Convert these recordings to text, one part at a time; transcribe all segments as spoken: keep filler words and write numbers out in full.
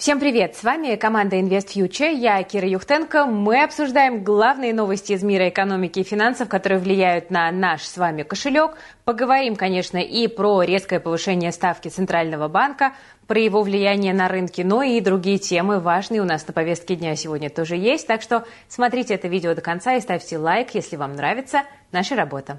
Всем привет! С вами команда InvestFuture, я Кира Юхтенко. Мы обсуждаем главные новости из мира экономики и финансов, которые влияют на наш с вами кошелек. Поговорим, конечно, и про резкое повышение ставки Центрального банка, про его влияние на рынки, но и другие темы важные у нас на повестке дня сегодня тоже есть. Так что смотрите это видео до конца и ставьте лайк, если вам нравится наша работа.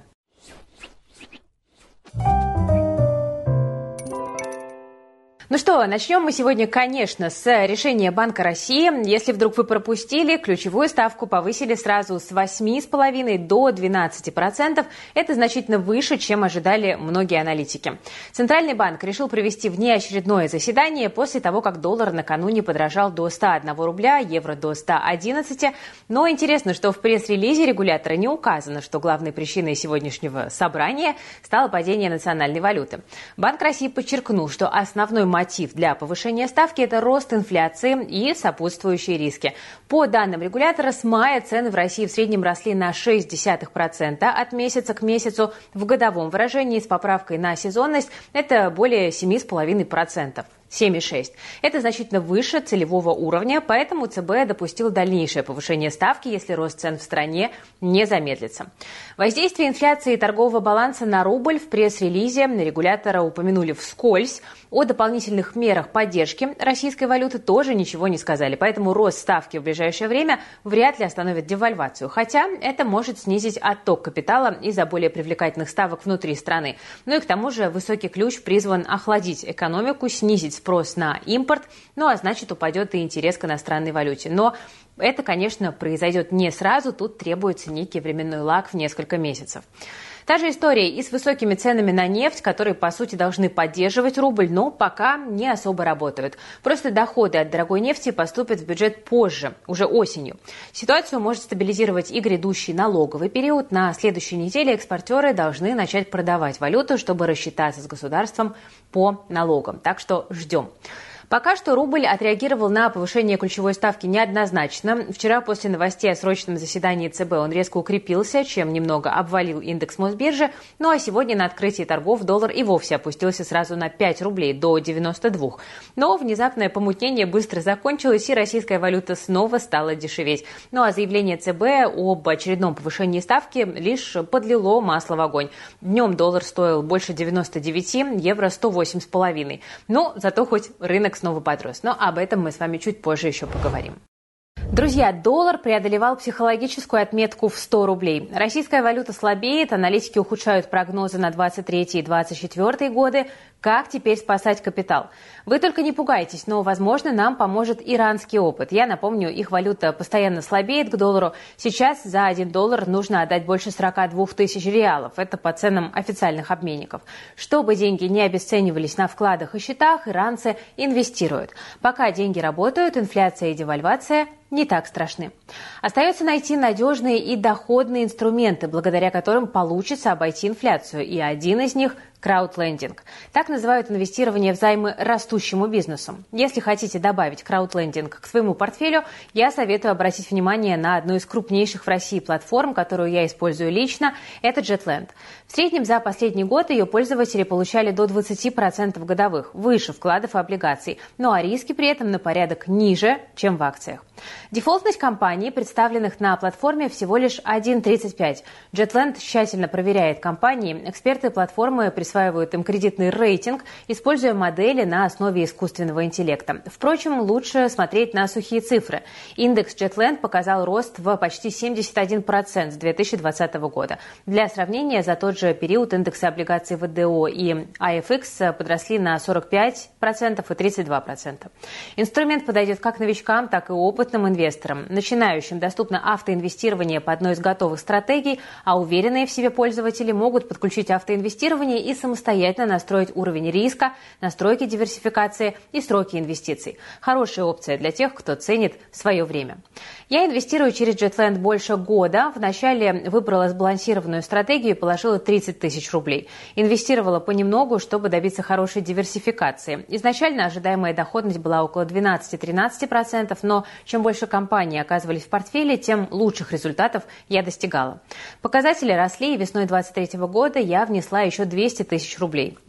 Ну что, начнем мы сегодня, конечно, с решения Банка России. Если вдруг вы пропустили, ключевую ставку повысили сразу с восьми целых пяти десятых до двенадцати процентов. Это значительно выше, чем ожидали многие аналитики. Центральный банк решил провести внеочередное заседание после того, как доллар накануне подорожал до ста одного рубля, евро до ста одиннадцати. Но интересно, что в пресс-релизе регулятора не указано, что главной причиной сегодняшнего собрания стало падение национальной валюты. Банк России подчеркнул, что основной мотив для повышения ставки – это рост инфляции и сопутствующие риски. По данным регулятора, с мая цены в России в среднем росли на шесть десятых процента от месяца к месяцу. В годовом выражении с поправкой на сезонность это более семи целых пяти десятых процента. семь целых шесть десятых процента. Это значительно выше целевого уровня, поэтому ЦБ допустил дальнейшее повышение ставки, если рост цен в стране не замедлится. Воздействие инфляции и торгового баланса на рубль в пресс-релизе регулятора упомянули вскользь. О дополнительных мерах поддержки российской валюты тоже ничего не сказали, поэтому рост ставки в ближайшее время вряд ли остановит девальвацию, хотя это может снизить отток капитала из-за более привлекательных ставок внутри страны. Ну и к тому же высокий ключ призван охладить экономику, снизить спрос на импорт, ну а значит упадет и интерес к иностранной валюте. Но это, конечно, произойдет не сразу, тут требуется некий временной лаг в несколько месяцев. Та же история и с высокими ценами на нефть, которые, по сути, должны поддерживать рубль, но пока не особо работают. Просто доходы от дорогой нефти поступят в бюджет позже, уже осенью. Ситуацию может стабилизировать и грядущий налоговый период. На следующей неделе экспортеры должны начать продавать валюту, чтобы рассчитаться с государством по налогам. Так что ждем. Пока что рубль отреагировал на повышение ключевой ставки неоднозначно. Вчера после новостей о срочном заседании ЦБ он резко укрепился, чем немного обвалил индекс Мосбиржи. Ну а сегодня на открытии торгов доллар и вовсе опустился сразу на пять рублей до девяноста двух. Но внезапное помутнение быстро закончилось, и российская валюта снова стала дешеветь. Ну а заявление ЦБ об очередном повышении ставки лишь подлило масло в огонь. Днем доллар стоил больше девяноста девяти, евро сто восемь с половиной. Ну, зато хоть рынок снова подрос. Но об этом мы с вами чуть позже еще поговорим. Друзья, доллар преодолевал психологическую отметку в сто рублей. Российская валюта слабеет, аналитики ухудшают прогнозы на двадцать третий и двадцать четвёртый годы. Как теперь спасать капитал? Вы только не пугайтесь, но, возможно, нам поможет иранский опыт. Я напомню, их валюта постоянно слабеет к доллару. Сейчас за один доллар нужно отдать больше сорока двух тысяч реалов. Это по ценам официальных обменников. Чтобы деньги не обесценивались на вкладах и счетах, иранцы инвестируют. Пока деньги работают, инфляция и девальвация не так страшны. Остается найти надежные и доходные инструменты, благодаря которым получится обойти инфляцию. И один из них – краудлендинг. Так называют инвестирование в займы растущему бизнесу. Если хотите добавить краудлендинг к своему портфелю, я советую обратить внимание на одну из крупнейших в России платформ, которую я использую лично – это JetLand. В среднем за последний год ее пользователи получали до двадцати процентов годовых, выше вкладов и облигаций, ну а риски при этом на порядок ниже, чем в акциях. Дефолтность компаний, представленных на платформе, всего лишь один целых тридцать пять сотых. JetLand тщательно проверяет компании. Эксперты платформы присваивают им кредитный рейтинг, используя модели на основе искусственного интеллекта. Впрочем, лучше смотреть на сухие цифры. Индекс JetLand показал рост в почти семьдесят один процент с две тысячи двадцатого года. Для сравнения, за тот же период индексы облигаций ВДО и ай эф икс подросли на сорок пять процентов и тридцать два процента. Инструмент подойдет как новичкам, так и опытным инвесторам. Начинающим доступно автоинвестирование по одной из готовых стратегий, а уверенные в себе пользователи могут подключить автоинвестирование и самостоятельно настроить уровень риска, настройки диверсификации и сроки инвестиций. Хорошая опция для тех, кто ценит свое время. Я инвестирую через JetLand больше года. Вначале выбрала сбалансированную стратегию и положила тридцать тысяч рублей. Инвестировала понемногу, чтобы добиться хорошей диверсификации. Изначально ожидаемая доходность была около двенадцати-тринадцати процентов, но чем больше компаний оказывались в портфеле, тем лучших результатов я достигала. Показатели росли, и весной две тысячи двадцать третьего года я внесла еще двести тысяч рублей. Не пожалела.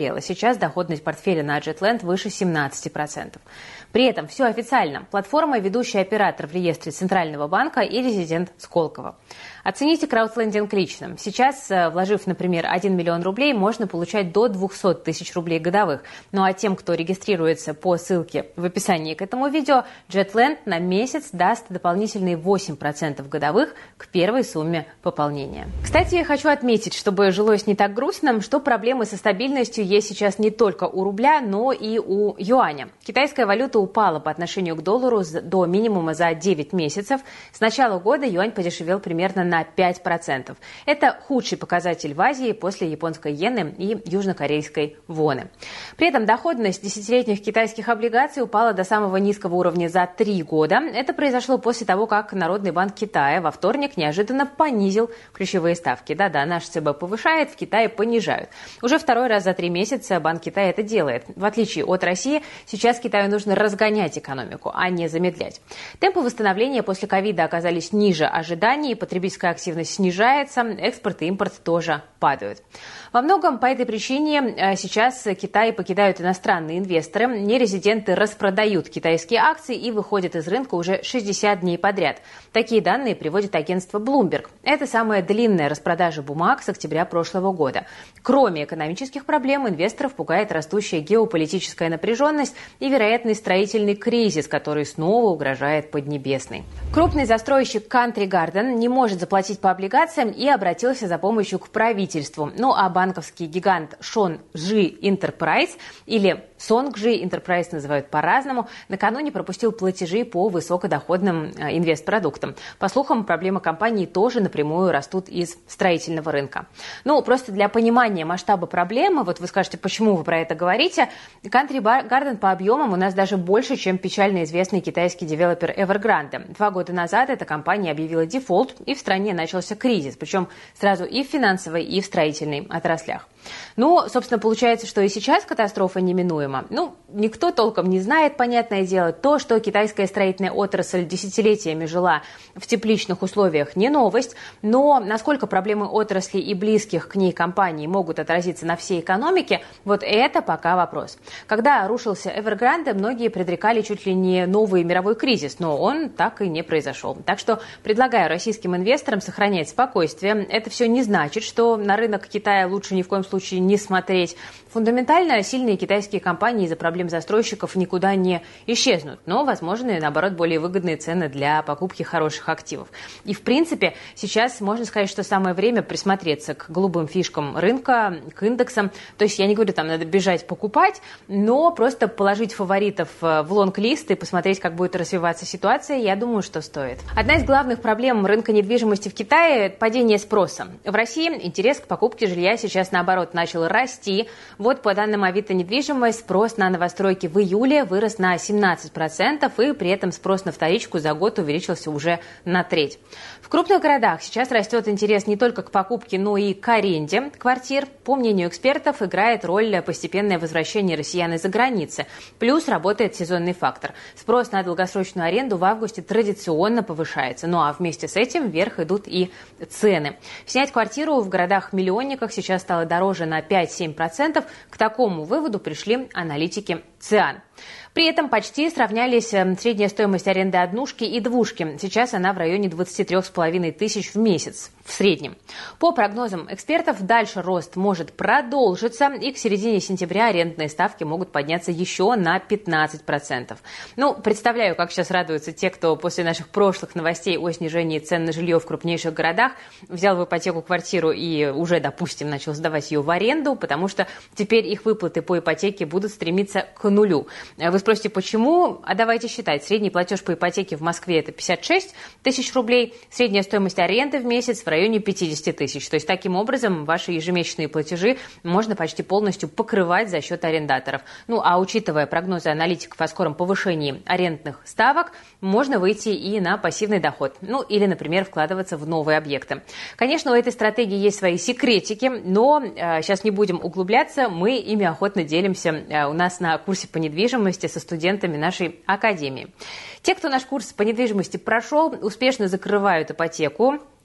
потяжелела. Сейчас доходность портфеля на Jetland выше семнадцати процентов. При этом все официально. Платформа – ведущий оператор в реестре Центрального банка и резидент Сколково. Оцените краудлендинг лично. Сейчас, вложив, например, один миллион рублей, можно получать до двухсот тысяч рублей годовых. Ну а тем, кто регистрируется по ссылке в описании к этому видео, Jetland на месяц даст дополнительные восемь процентов годовых к первой сумме пополнения. Кстати, я хочу отметить, чтобы жилось не так грустно, что проблемы со стабильностью есть сейчас не только у рубля, но и у юаня. Китайская валюта упала по отношению к доллару до минимума за девять месяцев. С начала года юань подешевел примерно на пять процентов. Это худший показатель в Азии после японской иены и южнокорейской воны. При этом доходность десятилетних китайских облигаций упала до самого низкого уровня за три года. Это произошло после того, как Народный банк Китая во вторник неожиданно понизил ключевые ставки. Да-да, наш ЦБ повышает, в Китае понижают. Уже второй раз за три месяца Банк Китая это делает. В отличие от России, сейчас Китаю нужно разгонять экономику, а не замедлять. Темпы восстановления после ковида оказались ниже ожиданий, потребительская активность снижается, экспорт и импорт тоже падают. Во многом по этой причине сейчас Китай покидают иностранные инвесторы, нерезиденты распродают китайские акции и выходят из рынка уже шестьдесят дней подряд. Такие данные приводит агентство Bloomberg. Это самая длинная распродажа бумаг с октября прошлого года. Кроме экономических проблем, инвесторов пугает растущая геополитическая напряженность и вероятный строительный кризис, который снова угрожает Поднебесной. Крупный застройщик Country Garden не может заплатить по облигациям и обратился за помощью к правительству. Ну а банковский гигант Songjie Enterprise, или Songjie Enterprise называют по-разному, накануне пропустил платежи по высокодоходным инвестпродуктам. По слухам, проблемы компании тоже напрямую растут из строительного рынка. Ну, просто для понимания масштаба проблемы, вот вы скажете, почему вы про это говорите, Country Garden по объемам у нас даже больше, чем печально известный китайский девелопер Evergrande. Два года назад эта компания объявила дефолт, и в стране начался кризис, причем сразу и в финансовой, и в строительной отраслях. Ну, собственно, получается, что и сейчас катастрофа неминуема. Ну, никто толком не знает, понятное дело. То, что китайская строительная отрасль десятилетиями жила в тепличных условиях, не новость. Но насколько проблемы отрасли и близких к ней компаний могут отразиться на всей экономике, вот это пока вопрос. Когда рушился Evergrande, многие предрекали чуть ли не новый мировой кризис, но он так и не произошел. Так что предлагаю российским инвесторам сохранять спокойствие. Это все не значит, что на рынок Китая лучше ни в коем случае случае не смотреть. Фундаментально сильные китайские компании из-за проблем застройщиков никуда не исчезнут, но возможны, наоборот, более выгодные цены для покупки хороших активов. И, в принципе, сейчас можно сказать, что самое время присмотреться к голубым фишкам рынка, к индексам. То есть я не говорю, там надо бежать покупать, но просто положить фаворитов в лонг-лист и посмотреть, как будет развиваться ситуация, я думаю, что стоит. Одна из главных проблем рынка недвижимости в Китае – падение спроса. В России интерес к покупке жилья сейчас, наоборот, начал расти. Вот по данным Авито недвижимость, спрос на новостройки в июле вырос на семнадцать процентов, и при этом спрос на вторичку за год увеличился уже на треть. В крупных городах сейчас растет интерес не только к покупке, но и к аренде квартир. По мнению экспертов, играет роль постепенное возвращение россиян из-за границы. Плюс работает сезонный фактор. Спрос на долгосрочную аренду в августе традиционно повышается. Ну а вместе с этим вверх идут и цены. Снять квартиру в городах-миллионниках сейчас стало дороже на пять-семь процентов. К такому выводу пришли аналитики ЦИАН. При этом почти сравнялись средняя стоимость аренды однушки и двушки. Сейчас она в районе двадцати трёх с половиной тысяч в месяц в среднем. По прогнозам экспертов, дальше рост может продолжиться, и к середине сентября арендные ставки могут подняться еще на пятнадцать процентов. Ну, представляю, как сейчас радуются те, кто после наших прошлых новостей о снижении цен на жилье в крупнейших городах взял в ипотеку квартиру и уже, допустим, начал сдавать ее в аренду, потому что теперь их выплаты по ипотеке будут стремиться к нулю. Вы спросите, почему? А давайте считать. Средний платеж по ипотеке в Москве – это пятьдесят шесть тысяч рублей, средняя стоимость аренды в месяц в районе пятьдесят тысяч. То есть таким образом ваши ежемесячные платежи можно почти полностью покрывать за счет арендаторов. Ну а учитывая прогнозы аналитиков о скором повышении арендных ставок, можно выйти и на пассивный доход. Ну или, например, вкладываться в новые объекты. Конечно, у этой стратегии есть свои секретики, но э, сейчас не будем углубляться, мы ими охотно делимся э, у нас на курсе по недвижимости со студентами нашей академии. Те, кто наш курс по недвижимости прошел, успешно закрывают ипотеку,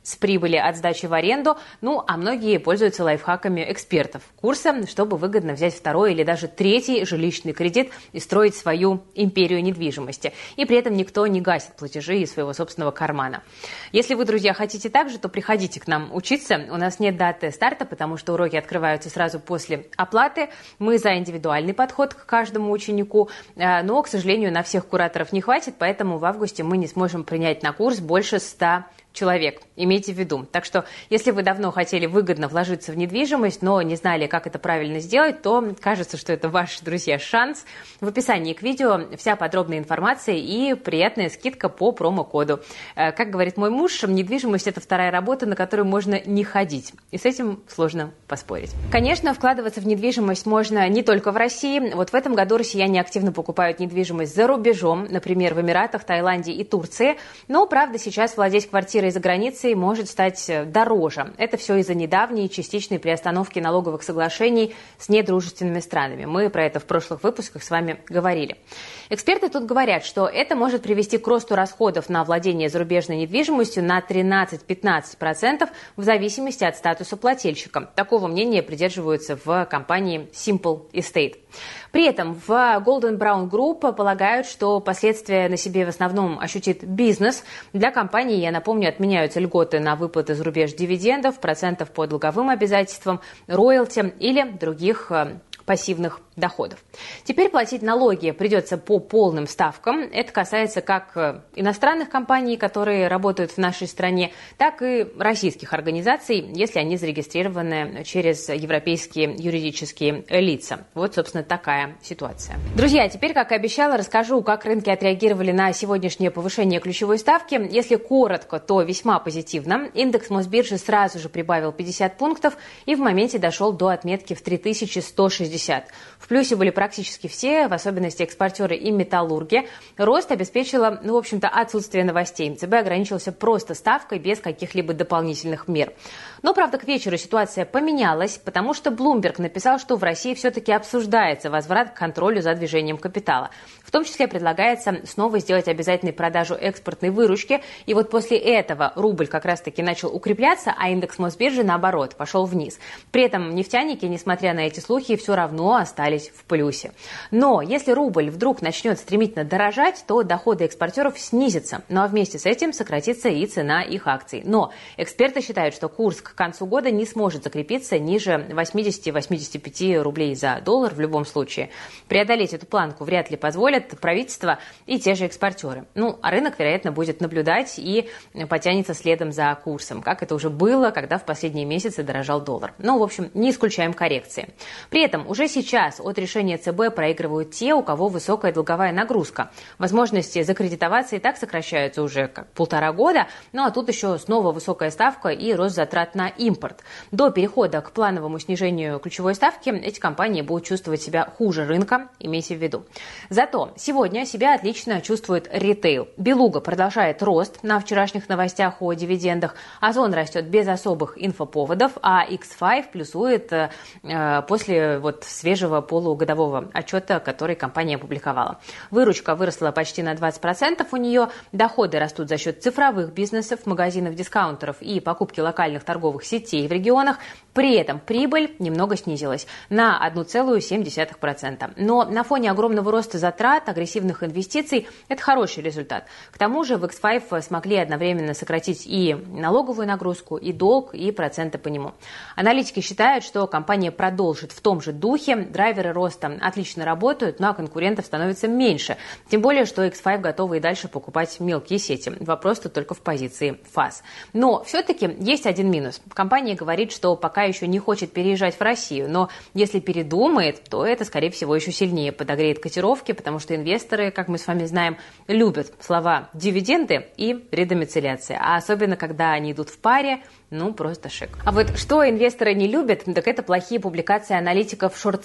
с прибыли от сдачи в аренду, ну а многие пользуются лайфхаками экспертов курса, чтобы выгодно взять второй или даже третий жилищный кредит и строить свою империю недвижимости. И при этом никто не гасит платежи из своего собственного кармана. Если вы, друзья, хотите так же, то приходите к нам учиться. У нас нет даты старта, потому что уроки открываются сразу после оплаты. Мы за индивидуальный подход к каждому ученику, но, к сожалению, на всех кураторов не хватит, поэтому в августе мы не сможем принять на курс больше ста человек. Имейте в виду. Так что, если вы давно хотели выгодно вложиться в недвижимость, но не знали, как это правильно сделать, то кажется, что это ваш, друзья, шанс. В описании к видео вся подробная информация и приятная скидка по промокоду. Как говорит мой муж, недвижимость – это вторая работа, на которую можно не ходить. И с этим сложно поспорить. Конечно, вкладываться в недвижимость можно не только в России. Вот в этом году россияне активно покупают недвижимость за рубежом, например, в Эмиратах, Таиланде и Турции. Но, правда, сейчас владеть квартирой за границей может стать дороже. Это все из-за недавней частичной приостановки налоговых соглашений с недружественными странами. Мы про это в прошлых выпусках с вами говорили. Эксперты тут говорят, что это может привести к росту расходов на владение зарубежной недвижимостью на тринадцать-пятнадцать процентов в зависимости от статуса плательщика. Такого мнения придерживаются в компании Simple Estate. При этом в Golden Brown Group полагают, что последствия на себе в основном ощутит бизнес. Для компании, я напомню, отменяются льготы на выплаты за рубеж дивидендов, процентов по долговым обязательствам, роялти или других пассивных доходов. Теперь платить налоги придется по полным ставкам. Это касается как иностранных компаний, которые работают в нашей стране, так и российских организаций, если они зарегистрированы через европейские юридические лица. Вот, собственно, такая ситуация. Друзья, теперь, как и обещала, расскажу, как рынки отреагировали на сегодняшнее повышение ключевой ставки. Если коротко, то весьма позитивно. Индекс Мосбиржи сразу же прибавил пятьдесят пунктов и в моменте дошел до отметки в три тысячи сто шестьдесят. В плюсе были практически все, в особенности экспортеры и металлурги. Рост обеспечило, ну, в общем-то, отсутствие новостей. ЦБ ограничился просто ставкой без каких-либо дополнительных мер. Но, правда, к вечеру ситуация поменялась, потому что Bloomberg написал, что в России все-таки обсуждается возврат к контролю за движением капитала. В том числе предлагается снова сделать обязательной продажу экспортной выручки. И вот после этого рубль как раз-таки начал укрепляться, а индекс Мосбиржи, наоборот, пошел вниз. При этом нефтяники, несмотря на эти слухи, все равно остались в плюсе. Но если рубль вдруг начнет стремительно дорожать, то доходы экспортеров снизятся. Ну а вместе с этим сократится и цена их акций. Но эксперты считают, что курс к концу года не сможет закрепиться ниже восемьдесят-восемьдесят пять рублей за доллар в любом случае. Преодолеть эту планку вряд ли позволят правительство и те же экспортеры. Ну, а рынок, вероятно, будет наблюдать и потянется следом за курсом, как это уже было, когда в последние месяцы дорожал доллар. Ну, в общем, не исключаем коррекции. При этом уже сейчас от решения ЦБ проигрывают те, у кого высокая долговая нагрузка. Возможности закредитоваться и так сокращаются уже как полтора года, ну а тут еще снова высокая ставка и рост затрат на импорт. До перехода к плановому снижению ключевой ставки эти компании будут чувствовать себя хуже рынка, имейте в виду. Зато сегодня себя отлично чувствует ритейл. Белуга продолжает рост на вчерашних новостях о дивидендах. Озон растет без особых инфоповодов, а икс пять плюсует э, после вот свежего полугодового отчета, который компания опубликовала. Выручка выросла почти на двадцать процентов у нее, доходы растут за счет цифровых бизнесов, магазинов, дискаунтеров и покупки локальных торговых сетей в регионах. При этом прибыль немного снизилась на одна целая семь десятых процента. Но на фоне огромного роста затрат, агрессивных инвестиций это хороший результат. К тому же в икс пять смогли одновременно сократить и налоговую нагрузку, и долг, и проценты по нему. Аналитики считают, что компания продолжит в том же духе. Драйверы роста отлично работают, но конкурентов становится меньше. Тем более, что икс пять готовы и дальше покупать мелкие сети. Вопрос-то только в позиции ФАС. Но все-таки есть один минус. Компания говорит, что пока еще не хочет переезжать в Россию, но если передумает, то это, скорее всего, еще сильнее подогреет котировки, потому что инвесторы, как мы с вами знаем, любят слова «дивиденды» и «редомицеляция». А особенно, когда они идут в паре, ну, просто шик. А вот что инвесторы не любят, так это плохие публикации аналитиков-шортселлеров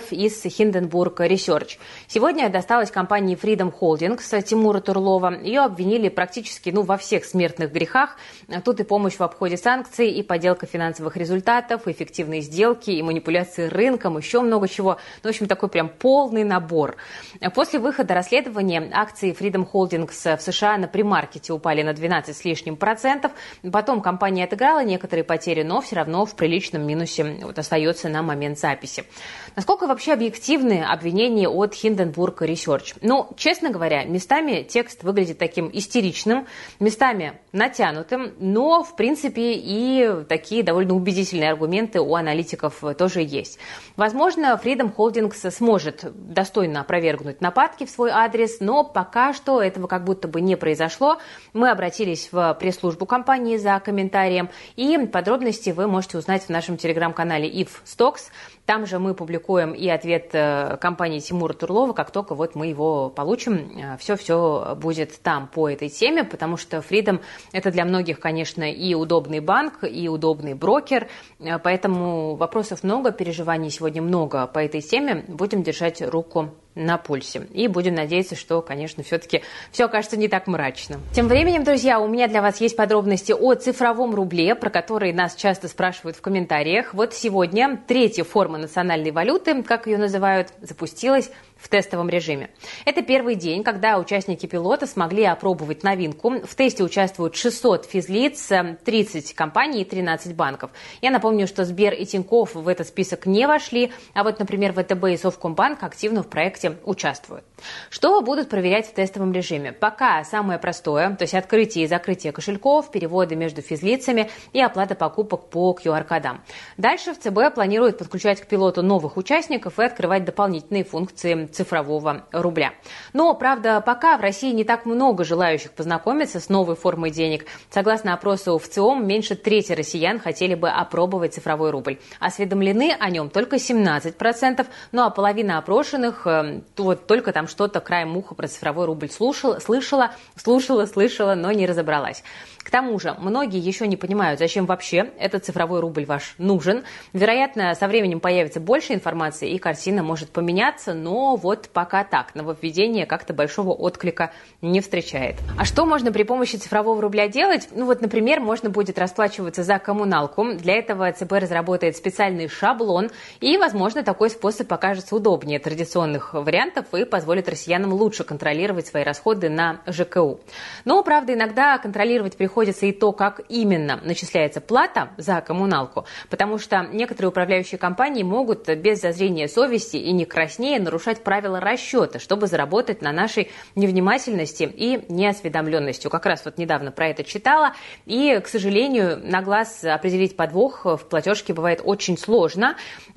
экспертов из Hindenburg Research. Сегодня досталось компании Freedom Holdings Тимура Турлова. Ее обвинили практически ну, во всех смертных грехах. Тут и помощь в обходе санкций, и подделка финансовых результатов, и эффективные сделки, и манипуляции рынком, еще много чего. Ну, в общем, такой прям полный набор. После выхода расследования акции Freedom Holdings в США на премаркете упали на двенадцать с лишним процентов. Потом компания отыграла некоторые потери, но все равно в приличном минусе вот, остается на момент записи. Насколько вообще объективны обвинения от Hindenburg Research? Ну, честно говоря, местами текст выглядит таким истеричным, местами натянутым, но, в принципе, и такие довольно убедительные аргументы у аналитиков тоже есть. Возможно, Freedom Holdings сможет достойно опровергнуть нападки в свой адрес, но пока что этого как будто бы не произошло. Мы обратились в пресс-службу компании за комментарием, и подробности вы можете узнать в нашем телеграм-канале иф Stocks. Там же мы публикуем и ответ компании Тимура Турлова, как только вот мы его получим, все-все будет там по этой теме, потому что Freedom – это для многих, конечно, и удобный банк, и удобный брокер, поэтому вопросов много, переживаний сегодня много по этой теме. Будем держать руку на пульсе. И будем надеяться, что, конечно, все-таки все окажется не так мрачно. Тем временем, друзья, у меня для вас есть подробности о цифровом рубле, про который нас часто спрашивают в комментариях. Вот сегодня третья форма национальной валюты, как ее называют, запустилась в тестовом режиме. Это первый день, когда участники пилота смогли опробовать новинку. В тесте участвуют шестьсот физлиц, тридцать компаний и тринадцать банков. Я напомню, что Сбер и Тинькофф в этот список не вошли, а вот, например, ВТБ и Совкомбанк активно в проекте участвуют. Что будут проверять в тестовом режиме? Пока самое простое, то есть открытие и закрытие кошельков, переводы между физлицами и оплата покупок по ку ар-кодам. Дальше в ЦБ планирует подключать к пилоту новых участников и открывать дополнительные функции цифрового рубля. Но, правда, пока в России не так много желающих познакомиться с новой формой денег. Согласно опросу в ЦИОМ, меньше трети россиян хотели бы опробовать цифровой рубль. Осведомлены о нем только семнадцать процентов, ну а половина опрошенных вот только там что-то краем уха про цифровой рубль слушала, слышала, слушала, слышала, но не разобралась. К тому же, многие еще не понимают, зачем вообще этот цифровой рубль ваш нужен. Вероятно, со временем появится больше информации, и картина может поменяться, но вот пока так. Нововведение как-то большого отклика не встречает. А что можно при помощи цифрового рубля делать? Ну вот, например, можно будет расплачиваться за коммуналку. Для этого ЦБ разработает специальный шаблон, и, возможно, такой способ покажется удобнее традиционных вариантов и позволит россиянам лучше контролировать свои расходы на жэ ка у. Но, правда, иногда контролировать приходится приходится и то, как именно начисляется плата за коммуналку, потому что некоторые управляющие компании могут без зазрения совести и не краснее нарушать правила расчета, чтобы заработать на нашей невнимательности и неосведомленности. Как раз вот недавно про это читала, и, к сожалению, на глаз определить подвох в платежке бывает очень сложно.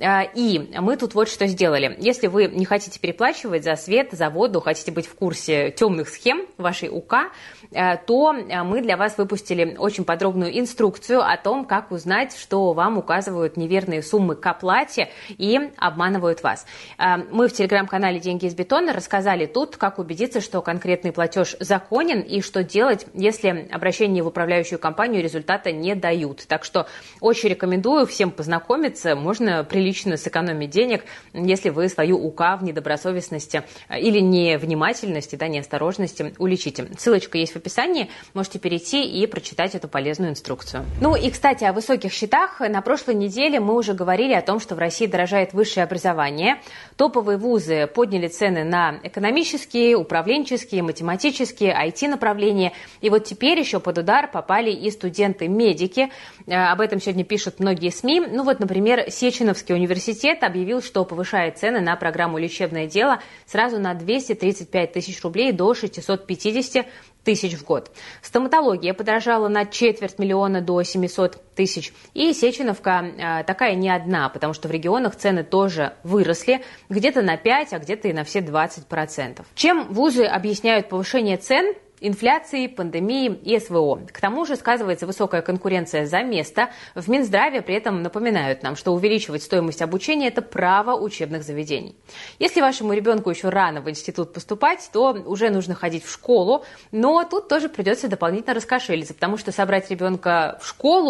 И мы тут вот что сделали. Если вы не хотите переплачивать за свет, за воду, хотите быть в курсе темных схем вашей УК, то мы для вас выпустили очень подробную инструкцию о том, как узнать, что вам указывают неверные суммы к оплате и обманывают вас. Мы в телеграм-канале «Деньги из бетона» рассказали тут, как убедиться, что конкретный платеж законен и что делать, если обращение в управляющую компанию результата не дают. Так что очень рекомендую всем познакомиться. Можно прилично сэкономить денег, если вы свою УК в недобросовестности или невнимательности, да, неосторожности уличите. Ссылочка есть в описании. Можете перейти и прочитать эту полезную инструкцию. Ну и, кстати, о высоких счетах. На прошлой неделе мы уже говорили о том, что в России дорожает высшее образование. Топовые вузы подняли цены на экономические, управленческие, математические, ай ти-направления. И вот теперь еще под удар попали и студенты-медики. Об этом сегодня пишут многие СМИ. Ну вот, например, Сеченовский университет объявил, что повышает цены на программу «Лечебное дело» сразу на двести тридцать пять тысяч рублей до шестисот пятидесяти тысяч в год. Стоматология подорожала на четверть миллиона до семисот тысяч. И Сеченовка э, такая не одна, потому что в регионах цены тоже выросли, где-то на пять, а где-то и на все двадцать процентов. Чем вузы объясняют повышение цен? Инфляции, пандемии и эс вэ о. К тому же сказывается высокая конкуренция за место. В Минздраве при этом напоминают нам, что увеличивать стоимость обучения – это право учебных заведений. Если вашему ребенку еще рано в институт поступать, то уже нужно ходить в школу, но тут тоже придется дополнительно раскошелиться, потому что собрать ребенка в школу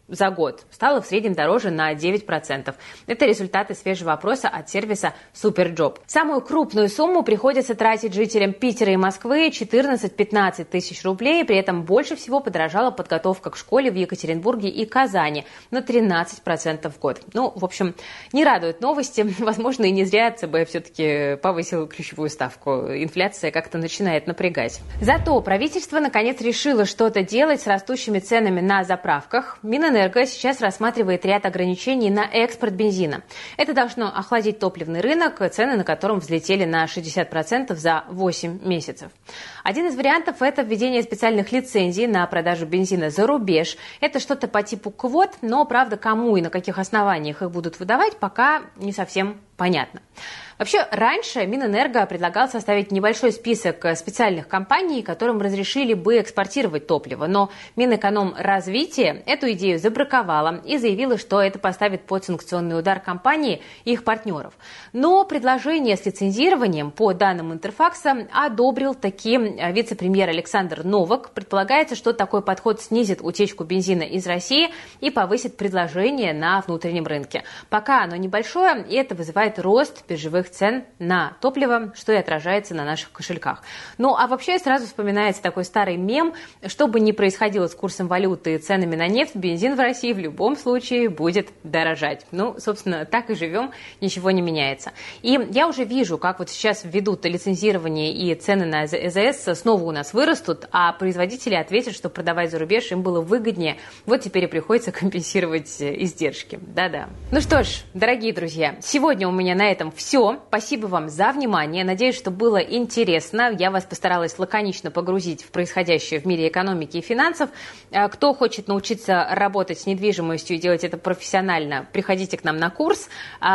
за год стало в среднем дороже на девять процентов. Это результаты свежего опроса от сервиса Суперджоп. Самую крупную сумму приходится тратить жителям Питера и Москвы – четырнадцать-пятнадцать тысяч рублей. При этом больше всего подорожала подготовка к школе в Екатеринбурге и Казани на тринадцать процентов в год. Ну, в общем, не радуют новости. Возможно, и не зря ЦБ все-таки повысил ключевую ставку. Инфляция как-то начинает напрягать. Зато правительство наконец решило что-то делать с растущими ценами на заправках. Минэнерго сейчас рассматривает ряд ограничений на экспорт бензина. Это должно охладить топливный рынок, цены на котором взлетели на шестьдесят процентов за восемь месяцев. Один из вариантов – это введение специальных лицензий на продажу бензина за рубеж. Это что-то по типу квот, но, правда, кому и на каких основаниях их будут выдавать, пока не совсем понятно. Вообще, раньше Минэнерго предлагал составить небольшой список специальных компаний, которым разрешили бы экспортировать топливо. Но Минэкономразвитие эту идею забраковало и заявило, что это поставит под санкционный удар компании и их партнеров. Но предложение с лицензированием, по данным Интерфакса, одобрил таки вице-премьер Александр Новак. Предполагается, что такой подход снизит утечку бензина из России и повысит предложение на внутреннем рынке. Пока оно небольшое, и это вызывает рост биржевых цен на топливо, что и отражается на наших кошельках. Ну, а вообще сразу вспоминается такой старый мем: что бы ни происходило с курсом валюты и ценами на нефть, бензин в России в любом случае будет дорожать. Ну, собственно, так и живем, ничего не меняется. И я уже вижу, как вот сейчас введут лицензирование и цены на ЭЗС снова у нас вырастут, а производители ответят, что продавать за рубеж им было выгоднее. Вот теперь и приходится компенсировать издержки. Да-да. Ну что ж, дорогие друзья, сегодня у меня на этом все. Спасибо вам за внимание. Надеюсь, что было интересно. Я вас постаралась лаконично погрузить в происходящее в мире экономики и финансов. Кто хочет научиться работать с недвижимостью и делать это профессионально, приходите к нам на курс.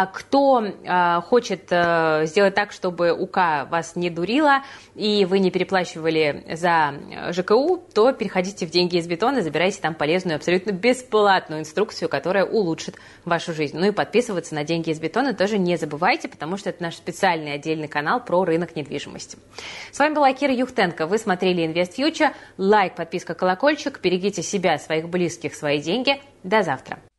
Кто хочет сделать так, чтобы УК вас не дурила и вы не переплачивали за ЖКУ, то переходите в «Деньги из бетона», забирайте там полезную, абсолютно бесплатную инструкцию, которая улучшит вашу жизнь. Ну и подписываться на «Деньги из бетона» тоже не забывайте, потому что это наш специальный отдельный канал про рынок недвижимости. С вами была Кира Юхтенко. Вы смотрели InvestFuture. Лайк, подписка, колокольчик. Берегите себя, своих близких, свои деньги. До завтра.